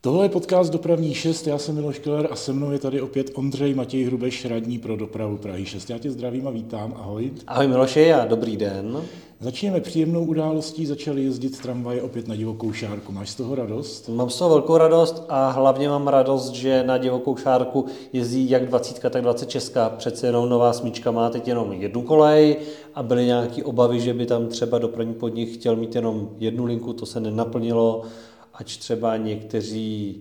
Tohle je podcast Dopravní 6, já jsem Miloš Keller a se mnou je tady opět Ondřej Matěj Hrubeš, radní pro dopravu Prahy 6. Já tě zdravím a vítám, ahoj. Ahoj Miloši a dobrý den. Začněme příjemnou událostí, začaly jezdit tramvaje opět na Divokou šárku. Máš z toho radost? Mám z toho velkou radost a hlavně mám radost, že na Divokou šárku jezdí jak 20, tak 26. Přece jenom nová smyčka má teď jenom jednu kolej a byly nějaké obavy, že by tam třeba dopravní podnik chtěl mít jenom jednu linku, to se nenaplnilo, ač třeba někteří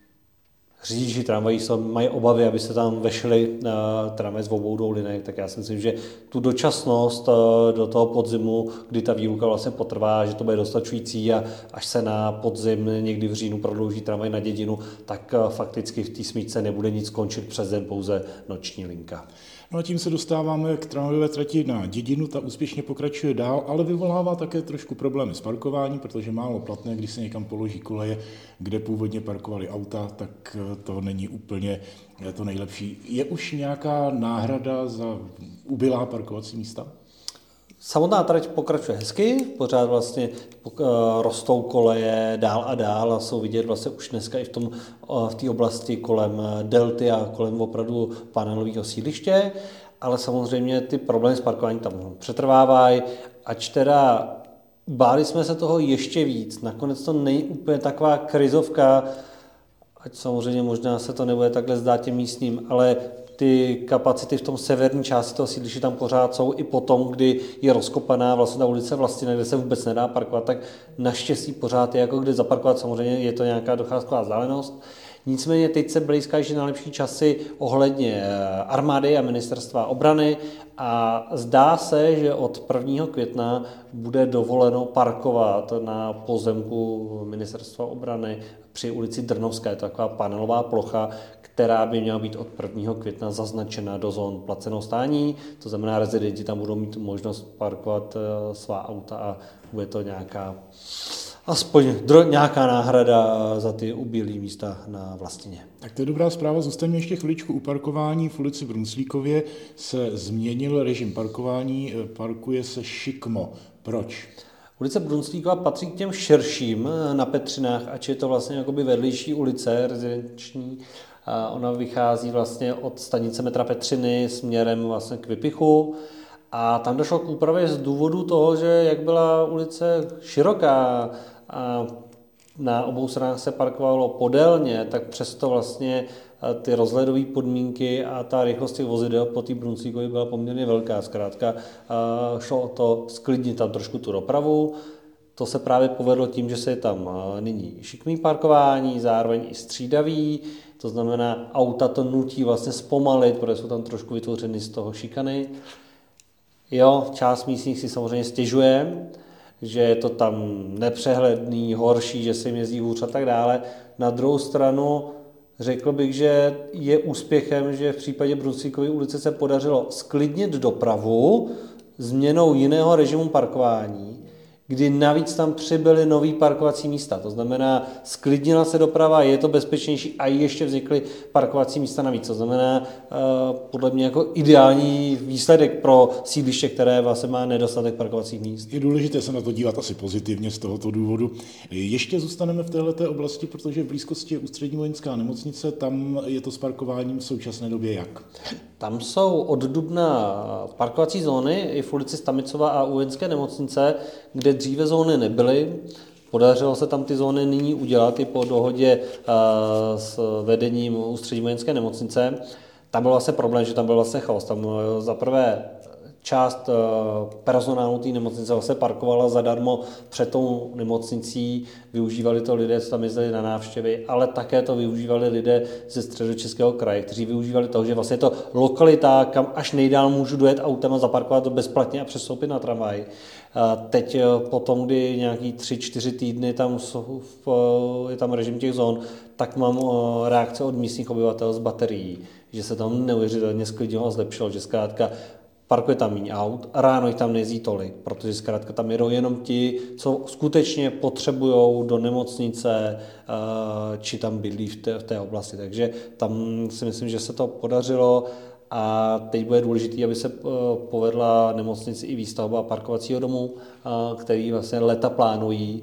řidiči tramvají mají obavy, aby se tam vešly tramvaje z obou dvou linek, tak já si myslím, že tu dočasnost do toho podzimu, kdy ta výluka vlastně potrvá, že to bude dostačující a až se na podzim někdy v říjnu prodlouží tramvaj na Dědinu, tak fakticky v té smyčce nebude nic končit přes den, pouze noční linka. No a tím se dostáváme k tramvajové trati na Dědinu, ta úspěšně pokračuje dál, ale vyvolává také trošku problémy s parkováním, protože málo platné, když se někam položí koleje, kde původně parkovali auta, tak to není úplně to nejlepší. Je už nějaká náhrada za ubylá parkovací místa? Samotná trať pokračuje hezky, pořád vlastně rostou koleje dál a dál a jsou vidět vlastně už dneska i v té oblasti kolem delty a kolem opravdu panelového sídliště, ale samozřejmě ty problémy s parkováním tam přetrvávají, ač teda báli jsme se toho ještě víc. Nakonec to není úplně taková krizovka, ať samozřejmě možná se to nebude takhle zdát těm místním, ale ty kapacity v tom severní části toho sídliště tam pořád jsou i potom, kdy je rozkopaná vlastně ta ulice Vlastina, kde se vůbec nedá parkovat, tak naštěstí pořád je jako kde zaparkovat, samozřejmě je to nějaká docházková vzdálenost. Nicméně teď se blízká ještě na lepší časy ohledně armády a ministerstva obrany a zdá se, že od 1. května bude dovoleno parkovat na pozemku ministerstva obrany při ulici Drnovská. Je to taková panelová plocha, která by měla být od 1. května zaznačena do zón placeného stání. To znamená, rezidenti tam budou mít možnost parkovat svá auta a bude to aspoň nějaká náhrada za ty ubylý místa na Vlastině. Tak to je dobrá zpráva. Zůstaňme ještě chviličku u parkování. V ulici Brunclíkově se změnil režim parkování, parkuje se šikmo. Proč? Ulice Brunclíkova patří k těm širším na Petřinách, ač je to vlastně jakoby vedlejší ulice rezidenční. Ona vychází vlastně od stanice metra Petřiny směrem vlastně k Vypichu. A tam došlo k úpravě z důvodu toho, že jak byla ulice široká a na obou stranách se parkovalo podélně, tak přesto vlastně ty rozhledové podmínky a ta rychlost těch vozidel po té Brunclíkově byla poměrně velká. Zkrátka šlo o to sklidnit tam trošku tu dopravu. To se právě povedlo tím, že se je tam nyní šikmý parkování, zároveň i střídavý, to znamená auta to nutí vlastně zpomalit, protože jsou tam trošku vytvořeny z toho šikany. Jo, část místních si samozřejmě stěžuje, že je to tam nepřehledný, horší, že se jim jezdí hůř a tak dále. Na druhou stranu řekl bych, že je úspěchem, že v případě Brunclíkovy ulice se podařilo sklidnit dopravu změnou jiného režimu parkování, kdy navíc tam přibyly nový parkovací místa. To znamená, sklidnila se doprava, je to bezpečnější a ještě vznikly parkovací místa navíc. To znamená, podle mě jako ideální výsledek pro sídliště, které vlastně má nedostatek parkovacích míst. Je důležité se na to dívat asi pozitivně z tohoto důvodu. Ještě zůstaneme v této oblasti, protože v blízkosti je Ústřední vojenská nemocnice, tam je to s parkováním v současné době jak? Tam jsou od dubna parkovací zóny i v ulici Stamicova a u vojenské nemocnice, kde dříve zóny nebyly. Podařilo se tam ty zóny nyní udělat i po dohodě s vedením Ústřední vojenské nemocnice. Tam byl vlastně problém, že tam byl vlastně chaos. Tam za prvé část personálu té nemocnice vlastně parkovala zadarmo před tou nemocnicí, využívali to lidé, co tam jezdili na návštěvy, ale také to využívali lidé ze Středočeského kraje, kteří využívali toho, že vlastně je to lokalita, kam až nejdál můžu dojet autem a zaparkovat to bezplatně a přestoupit na tramvaj. Teď potom, kdy nějaký 3-4 týdny tam je tam režim těch zón, tak mám reakce od místních obyvatel z baterií, že se tam neuvěřitelně sklidnilo a zlepšilo, že zkrátka parkuje tam méně aut, ráno jich tam nejezdí tolik, protože zkrátka tam jedou jenom ti, co skutečně potřebují do nemocnice, či tam bydlí v té oblasti. Takže tam si myslím, že se to podařilo a teď bude důležité, aby se povedla nemocnici i výstavba parkovacího domu, který vlastně leta plánují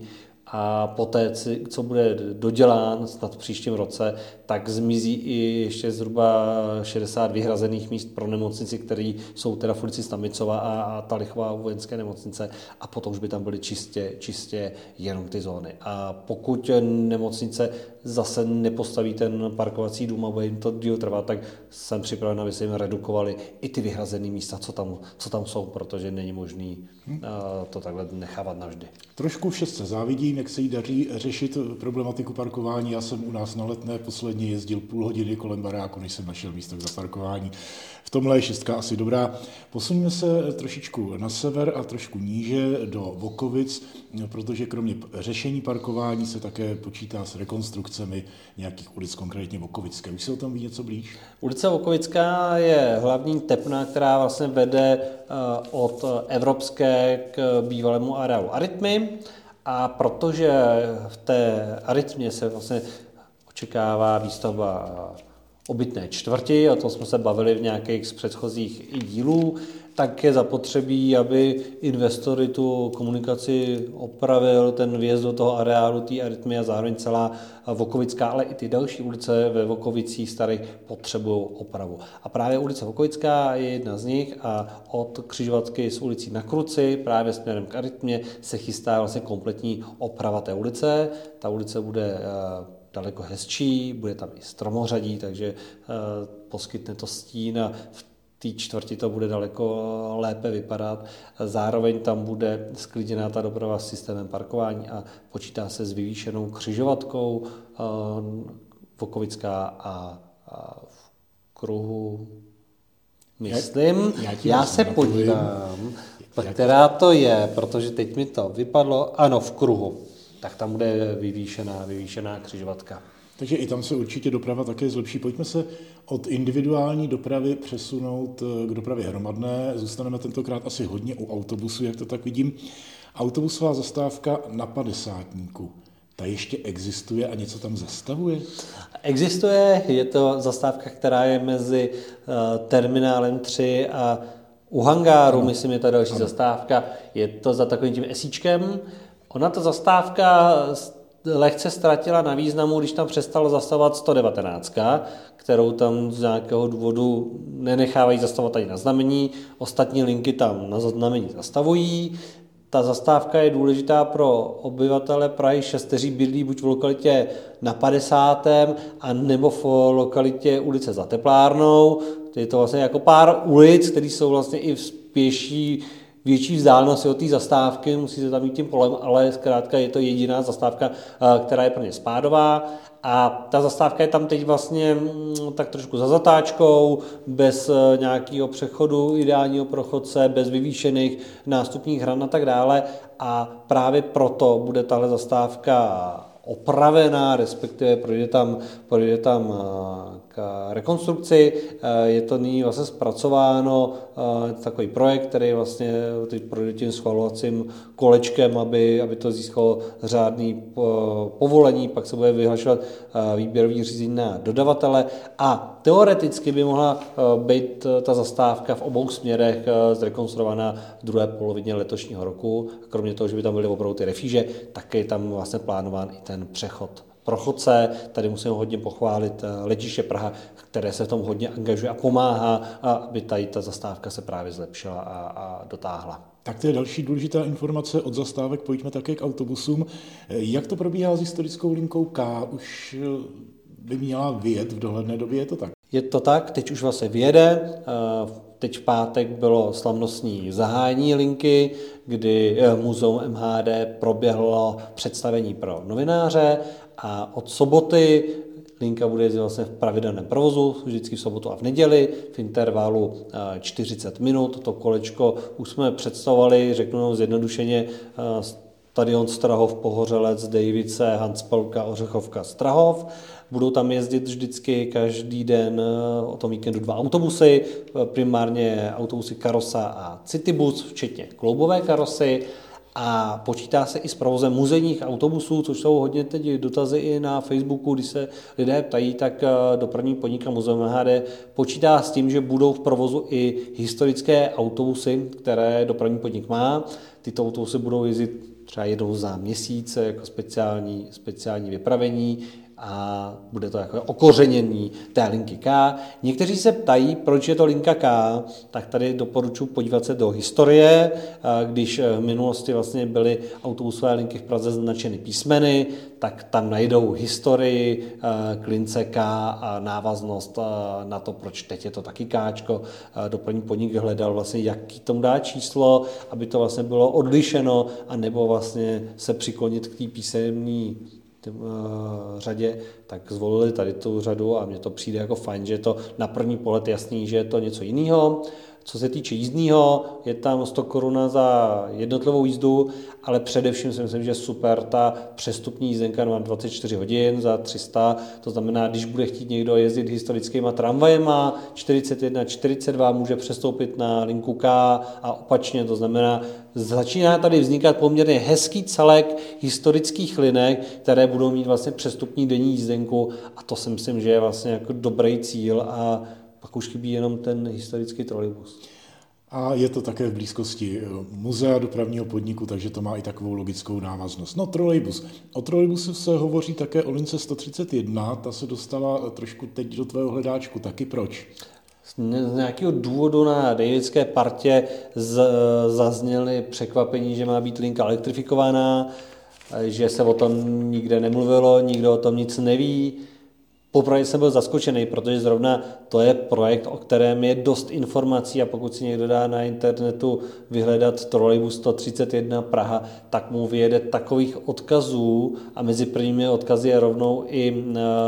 a poté, co bude dodělán snad v příštím roce, tak zmizí i ještě zhruba 60 vyhrazených míst pro nemocnici, které jsou teda v ulici Stamicova a Talichová vojenské nemocnice, a potom už by tam byly čistě jenom ty zóny. A pokud nemocnice zase nepostaví ten parkovací dům a bude jim to díl trvat, tak jsem připraven, aby se jim redukovali i ty vyhrazené místa, co tam jsou, protože není možný to takhle nechávat navždy. Trošku všecce závidím, jak se jí daří řešit problematiku parkování. Já jsem u nás na Letné posledně jezdil půl hodiny kolem baráku, než jsem našel místo k zaparkování. V tomhle je šestka asi dobrá. Posuneme se trošičku na sever a trošku níže do Vokovic, protože kromě řešení parkování se také počítá s rekonstrukcemi nějakých ulic, konkrétně Vokovické. Už se o tom ví něco blíž? Ulice Vokovická je hlavní tepna, která vlastně vede od Evropské k bývalému areálu Arytmy, a protože v té Arytmě se vlastně očekává výstavba obytné čtvrti, o tom jsme se bavili v nějakých z předchozích dílů, tak je zapotřebí, aby investory tu komunikaci opravil, ten vjezd do toho areálu, té Arytmy, a zároveň celá Vokovická, ale i ty další ulice ve Vokovicích starých potřebují opravu. A právě ulice Vokovická je jedna z nich, a od křižovatky s ulicí Na Kruci právě směrem k Arytmě se chystá vlastně kompletní oprava té ulice. Ta ulice bude daleko hezčí, bude tam i stromořadí, takže poskytne to stín a v té čtvrti to bude daleko lépe vypadat. Zároveň tam bude skliděná ta doprava s systémem parkování a počítá se s vyvýšenou křižovatkou Vokovická a v kruhu, myslím. Já se podívám, která to je, protože teď mi to vypadlo. Ano, v kruhu. Tak tam bude vyvýšená křižovatka. Takže i tam se určitě doprava také zlepší. Pojďme se od individuální dopravy přesunout k dopravě hromadné. Zůstaneme tentokrát asi hodně u autobusu, jak to tak vidím. Autobusová zastávka na Padesátníku. Ta ještě existuje a něco tam zastavuje? Existuje, je to zastávka, která je mezi terminálem 3 a u hangáru, myslím, je ta další zastávka. Je to za takovým tím esíčkem. Ona ta zastávka lehce ztratila na významu, když tam přestalo zastavovat 119, kterou tam z nějakého důvodu nenechávají zastavovat ani na znamení. Ostatní linky tam na znamení zastavují. Ta zastávka je důležitá pro obyvatele Prahy 6, kteří bydlí buď v lokalitě na 50. a nebo v lokalitě ulice za Teplárnou. Je to vlastně jako pár ulic, které jsou vlastně i v větší vzdálenosti od té zastávky, musíte tam mít tím polem, ale zkrátka je to jediná zastávka, která je pro ně spádová. A ta zastávka je tam teď vlastně tak trošku za zatáčkou, bez nějakého přechodu ideálního pro chodce, bez vyvýšených nástupních hran a tak dále. A právě proto bude tahle zastávka opravená, respektive projde tam k rekonstrukci. Je to nyní vlastně zpracováno, takový projekt, který vlastně teď projde tím schvalovacím kolečkem, aby to získalo řádný povolení, pak se bude vyhlašovat výběrový řízení na dodavatele a teoreticky by mohla být ta zastávka v obou směrech zrekonstruovaná v druhé polovině letošního roku. Kromě toho, že by tam byly opravdu ty refíže, tak je tam vlastně plánován i ten přechod pro chodce. Tady musím hodně pochválit Letiště Praha, které se v tom hodně angažuje a pomáhá, aby tady ta zastávka se právě zlepšila a dotáhla. Tak to je další důležitá informace od zastávek. Pojďme také k autobusům. Jak to probíhá s historickou linkou K? Už by měla vyjet v dohledné době, je to tak? Je to tak, teď už vlastně vyjede. Teď v pátek bylo slavnostní zahájení linky, kdy Muzeum MHD proběhlo představení pro novináře a od soboty linka bude jezdit vlastně v pravidelném provozu, vždycky v sobotu a v neděli, v intervalu 40 minut. To kolečko už jsme představovali, řeknu zjednodušeně, stadion Strahov, Pohořelec, Dejvice, Hanspolka, Ořechovka, Strahov. Budou tam jezdit vždycky každý den o tom víkendu 2 autobusy, primárně autobusy Karosa a Citybus, včetně kloubové karosy. A počítá se i s provozem muzejních autobusů, což jsou hodně teď dotazy i na Facebooku, když se lidé ptají, tak dopravní podnik a Muzeum MHD počítá s tím, že budou v provozu i historické autobusy, které dopravní podnik má. Tyto autobusy budou jezdit třeba jednou za měsíc jako speciální vypravení a bude to jako okořenění té linky K. Někteří se ptají, proč je to linka K, tak tady doporučuji podívat se do historie, když v minulosti vlastně byly autobusové linky v Praze značeny písmeny, tak tam najdou historii k lince K a návaznost na to, proč teď je to taky Káčko. Dopravní podnik hledal vlastně, jaký tomu dá číslo, aby to vlastně bylo odlišeno, anebo vlastně se přiklonit k té písemné řadě, tak zvolili tady tu řadu a mně to přijde jako fajn, že je to na první pohled jasný, že je to něco jiného. Co se týče jízdního, je tam 100 korun za jednotlivou jízdu, ale především si myslím, že super ta přestupní jízdenka na 24 hodin za 300, to znamená, když bude chtít někdo jezdit historickýma tramvajema, 41, 42 může přestoupit na linku K a opačně, to znamená, začíná tady vznikat poměrně hezký celek historických linek, které budou mít vlastně přestupní denní jízdenku a to si myslím, že je vlastně jako dobrý cíl a pak už chybí jenom ten historický trolejbus. A je to také v blízkosti muzea dopravního podniku, takže to má i takovou logickou návaznost. No trolejbus. O trolejbusu se hovoří také o lince 131, ta se dostala trošku teď do tvého hledáčku, taky proč? Z nějakého důvodu na Davidské partě zazněly překvapení, že má být linka elektrifikovaná, že se o tom nikde nemluvilo, nikdo o tom nic neví. Popravdě jsem byl zaskočený, protože zrovna to je projekt, o kterém je dost informací a pokud si někdo dá na internetu vyhledat trolejbus 131 Praha, tak mu vyjede takových odkazů a mezi prvními odkazy je rovnou i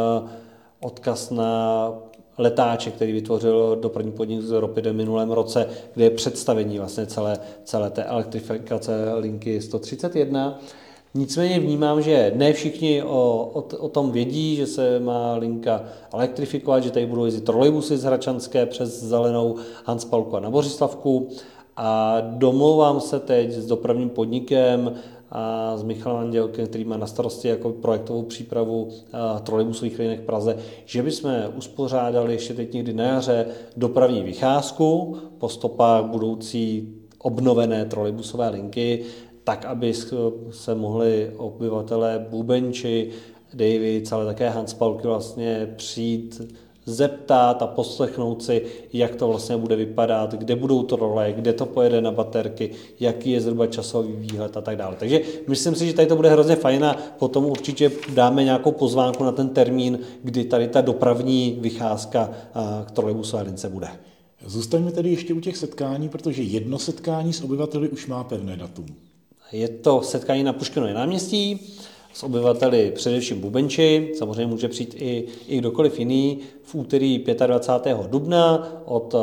odkaz na letáček, který vytvořil dopravní podnik z Ropide v minulém roce, kde je představení vlastně celé té elektrifikace linky 131. Nicméně vnímám, že ne všichni o tom vědí, že se má linka elektrifikovat, že tady budou jezdit trolejbusy z Hračanské přes Zelenou, Hanspalku a na Bořislavku. A domlouvám se teď s dopravním podnikem a s Michalem Andělkem, který má na starosti jako projektovou přípravu trolejbusových linek v Praze, že bychom uspořádali ještě teď někdy na jaře dopravní vycházku po stopách budoucí obnovené trolejbusové linky, tak, aby se mohli obyvatelé Bubenči, Davids, ale také Hanspalky vlastně přijít zeptat a poslechnout si, jak to vlastně bude vypadat, kde budou trole, kde to pojede na baterky, jaký je zhruba časový výhled a tak dále. Takže myslím si, že tady to bude hrozně fajn a potom určitě dáme nějakou pozvánku na ten termín, kdy tady ta dopravní vycházka k trolejbusové lince bude. Zůstaňme tedy ještě u těch setkání, protože jedno setkání s obyvateli už má pevné datum. Je to setkání na Puškinově náměstí s obyvateli především Bubenči, samozřejmě může přijít i kdokoliv jiný, v úterý 25. dubna od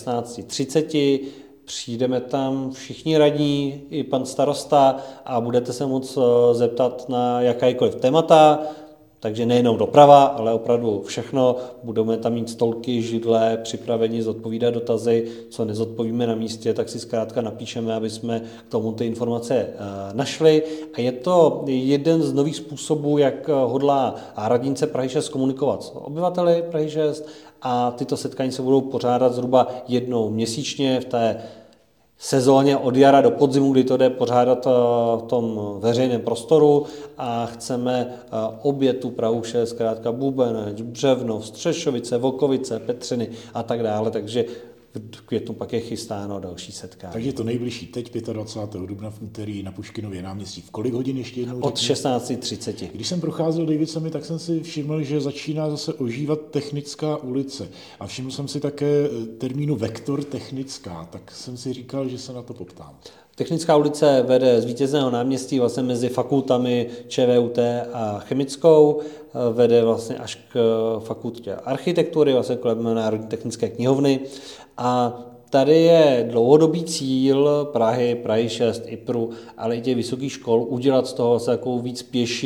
16:30. Přijdeme tam všichni radní, i pan starosta a budete se moct zeptat na jakákoliv témata, takže nejenom doprava, ale opravdu všechno. Budeme tam mít stolky, židle, připraveni zodpovídat dotazy, co nezodpovíme na místě, tak si zkrátka napíšeme, aby jsme k tomu ty informace našli. A je to jeden z nových způsobů, jak hodlá radnice Prahy 6 komunikovat s obyvateli Prahy 6 a tyto setkání se budou pořádat zhruba jednou měsíčně v té sezóně od jara do podzimu, kdy to jde pořádat v tom veřejném prostoru a chceme obě tu Prahu 6, zkrátka Bubeneč, Břevnov, Střešovice, Vokovice, Petřiny a tak dále, takže v květnu pak je chystáno další setkání. Takže to nejbližší teď 25. dubna v úterý na Puškinově náměstí. V kolik hodin ještě jednou? Od 16:30. Když jsem procházel Davicemi, tak jsem si všiml, že začíná zase ožívat Technická ulice. A všiml jsem si také termínu Vektor Technická, tak jsem si říkal, že se na to poptám. Technická ulice vede z Vítězného náměstí vlastně mezi fakultami ČVUT a chemickou, vede vlastně až k fakultě architektury, vlastně kolem Národní technické knihovny. A tady je dlouhodobý cíl Prahy 6, IPRu, ale i těch vysokých škol udělat z toho vlastně takovou víc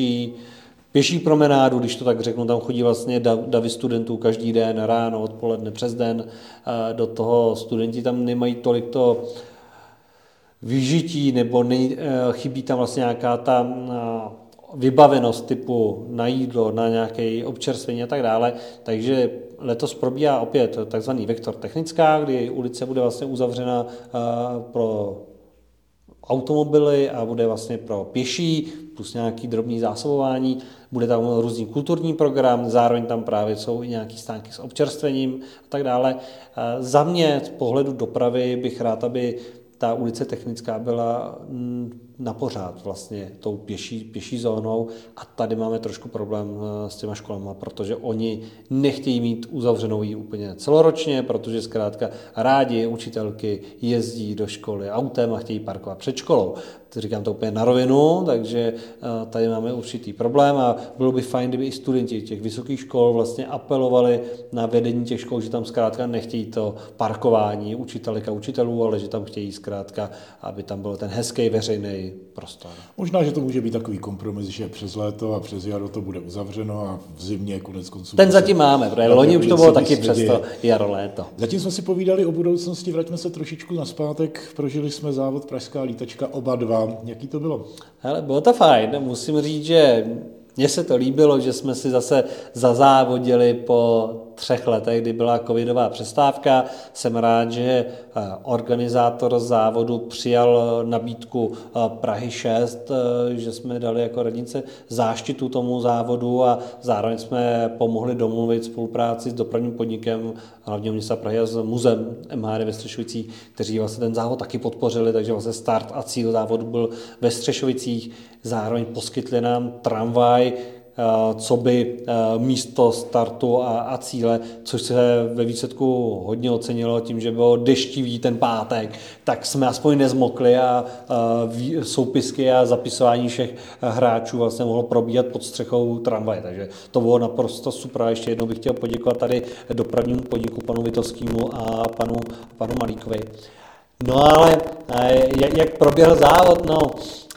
pěší promenádu, když to tak řeknu, tam chodí vlastně davy studentů každý den, ráno, odpoledne, přes den. Do toho studenti tam nemají tolik to vyžití, nebo chybí tam vlastně nějaká ta vybavenost typu na jídlo, na nějaké občerstvení a tak dále. Takže letos probíhá opět takzvaný Vektor Technická, kdy ulice bude vlastně uzavřena pro automobily a bude vlastně pro pěší, plus nějaký drobný zásobování, bude tam různý kulturní program, zároveň tam právě jsou i nějaký stánky s občerstvením a tak dále. Za mě z pohledu dopravy bych rád, aby ta ulice Technická byla na pořád vlastně tou pěší zónou a tady máme trošku problém s těma školama, protože oni nechtějí mít uzavřenou ji úplně celoročně, protože zkrátka rádi učitelky jezdí do školy autem a chtějí parkovat před školou. Říkám to úplně na rovinu, takže tady máme určitý problém a bylo by fajn, kdyby i studenti těch vysokých škol vlastně apelovali na vedení těch škol, že tam zkrátka nechtějí to parkování učitelek a učitelů, ale že tam chtějí zkrátka, aby tam byl ten hezký veřejný prostor. Možná, že to může být takový kompromis, že přes léto a přes jaro to bude uzavřeno a v zimě konec konců. Ten zatím máme, protože loni už to bylo taky přes to jaro léto. Zatím jsme si povídali o budoucnosti, vraťme se trošičku nazpátek, prožili jsme závod Pražská lítačka oba dva. Jaký to bylo? Hele, bylo to fajn, musím říct, že mně se to líbilo, že jsme si zase zazávodili po 3 letech, kdy byla covidová přestávka. Jsem rád, že organizátor závodu přijal nabídku Prahy 6, že jsme dali jako radnice záštitu tomu závodu a zároveň jsme pomohli domluvit spolupráci s dopravním podnikem hlavního města Prahy a s muzeem MHD ve Střešovicích, kteří vlastně ten závod taky podpořili, takže vlastně start a cíl závodu byl ve Střešovicích. Zároveň poskytli nám tramvaj, co by místo startu a cíle, což se ve výsledku hodně ocenilo tím, že bylo deštivý ten pátek, tak jsme aspoň nezmokli a soupisky a zapisování všech hráčů vlastně mohlo probíhat pod střechou tramvaje, takže to bylo naprosto super. A ještě jednou bych chtěl poděkovat tady dopravnímu podniku panu Vitovskému a panu Malíkovi. No ale jak proběhl závod, no,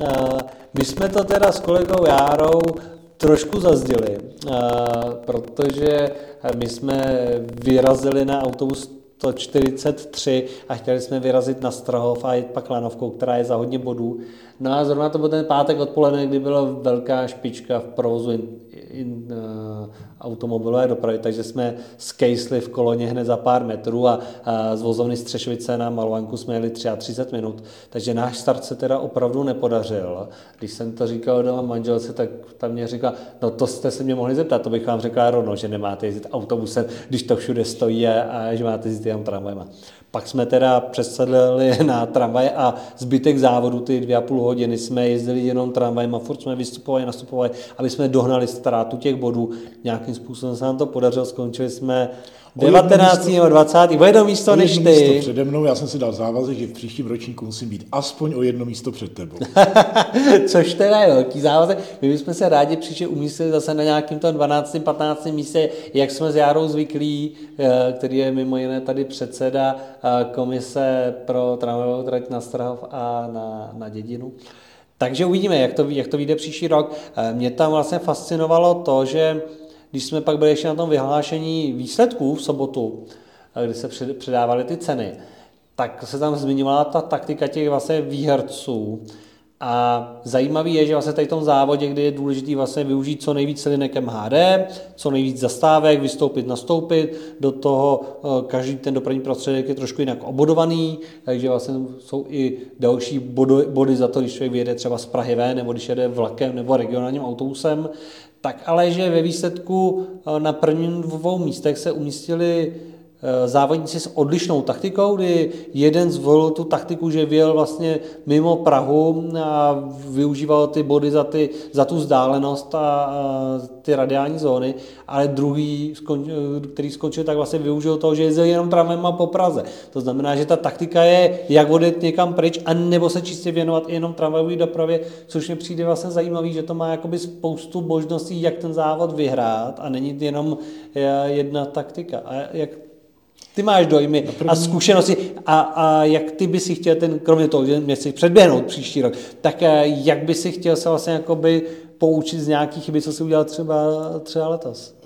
my jsme to teda s kolegou Járou trošku zazdili, protože my jsme vyrazili na autobus 143 a chtěli jsme vyrazit na Strahov a jít pak lanovkou, která je za hodně bodů. No a zrovna to byl ten pátek odpoledne, kdy byla velká špička v provozu automobilové dopravy, takže jsme skejsli v koloně hned za pár metrů a z vozovny Střešovice na Malovanku jsme jeli 33 minut, takže náš start se teda opravdu nepodařil. Když jsem to říkal doma manželce, tak tam mě říkala, no to jste se mě mohli zeptat, to bych vám řekla rovnou, že nemáte jezdit autobusem, když to všude stojí a že máte jezdit jenom tramvajema. Pak jsme teda přesedli na tramvaj a zbytek závodu, ty 2,5 hodiny, jsme jezdili jenom tramvajem a furt jsme vystupovali, nastupovali, aby jsme dohnali ztrátu těch bodů. Nějakým způsobem se nám to podařilo, skončili jsme 19. nebo 20. o jedno místo než ty. Místo přede mnou, já jsem si dal závazek, že v příštím ročníku musím být aspoň o 1 místo před tebou. Což teda je velký závazek. My bychom se rádi příště umístili zase na nějakým tom 12. 15. místě, jak jsme s Járou zvyklí, který je mimo jiné tady předseda komise pro tramvajovou trať na Strahov a na Dědinu. Takže uvidíme, jak to vyjde příští rok. Mě tam vlastně fascinovalo to, že když jsme pak byli ještě na tom vyhlášení výsledků v sobotu, kdy se předávaly ty ceny, tak se tam zmiňovala ta taktika těch vlastně výherců. A zajímavý je, že vlastně tady v tom závodě, kdy je důležité vlastně využít co nejvíc linek MHD, co nejvíc zastávek, vystoupit, nastoupit, do toho každý ten dopravní prostředek je trošku jinak obodovaný, takže vlastně jsou i další body za to, když člověk vyjede třeba z Prahy ven, nebo když jede vlakem nebo regionálním autobusem, tak ale že ve výsledku na prvním 2 místech se umístili závodníci s odlišnou taktikou, kdy jeden zvolil tu taktiku, že vyjel vlastně mimo Prahu a využíval ty body za tu vzdálenost a ty radiální zóny, ale druhý, který skončil, tak vlastně využil toho, že jezdil jenom tramvajema po Praze. To znamená, že ta taktika je, jak odjet někam pryč, a nebo se čistě věnovat i jenom tramvajové dopravě, což mě přijde vlastně zajímavý, že to má jakoby spoustu možností, jak ten závod vyhrát a není jenom jedna taktika. A jak ty máš dojmy a zkušenosti a jak ty by si chtěl kromě toho, že mě chci předběhnout příští rok, tak jak by si chtěl se vlastně jakoby poučit z nějakých chyby, co jsi udělal třeba letos?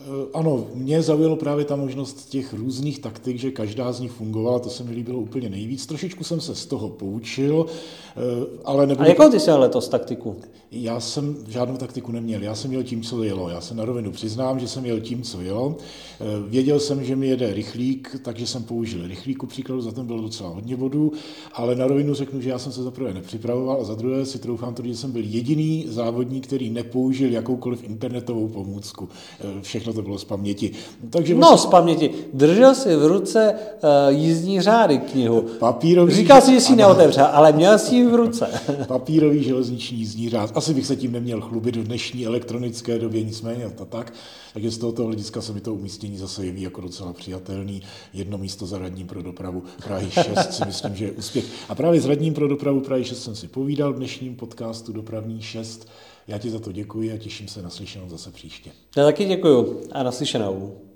Ano, mě zaujalo právě ta možnost těch různých taktik, že každá z nich fungovala, to se mi líbilo úplně nejvíc. Trošičku jsem se z toho poučil, ale nebudu... A jakou ty jsi měl letos taktiku? Já jsem žádnou taktiku neměl, já jsem jel tím, co jelo. Já se na rovinu přiznám, že jsem jel tím, co jelo. Věděl jsem, že mi jede rychlík, takže jsem použil rychlík, ku příkladu, za ten bylo docela hodně bodů, ale na rovinu řeknu, že já jsem se za prvé nepřipravoval a za druhé si troufám tvrdit, že jsem byl jediný závodník, který nepoužil jakoukoliv internetovou pomůcku. Všechno to bylo z paměti. Takže No, z paměti. Držel si v ruce jízdní řády knihu. Papírový... Říkal si, že si ji neotevřel, ale měl si ji v ruce. Papírový železniční jízdní řád. Asi bych se tím neměl chlubit v dnešní elektronické době, nicméně to tak. Takže z tohoto hlediska se mi to umístění zase jeví jako docela přijatelný. Jedno místo za radním pro dopravu Prahy 6 si myslím, že je úspěch. A právě s radním pro dopravu Prahy 6 jsem si povídal v dnešním podcastu Dopravní 6. Já ti za to děkuji a těším se na slyšenou zase příště. Já taky děkuju a naslyšenou.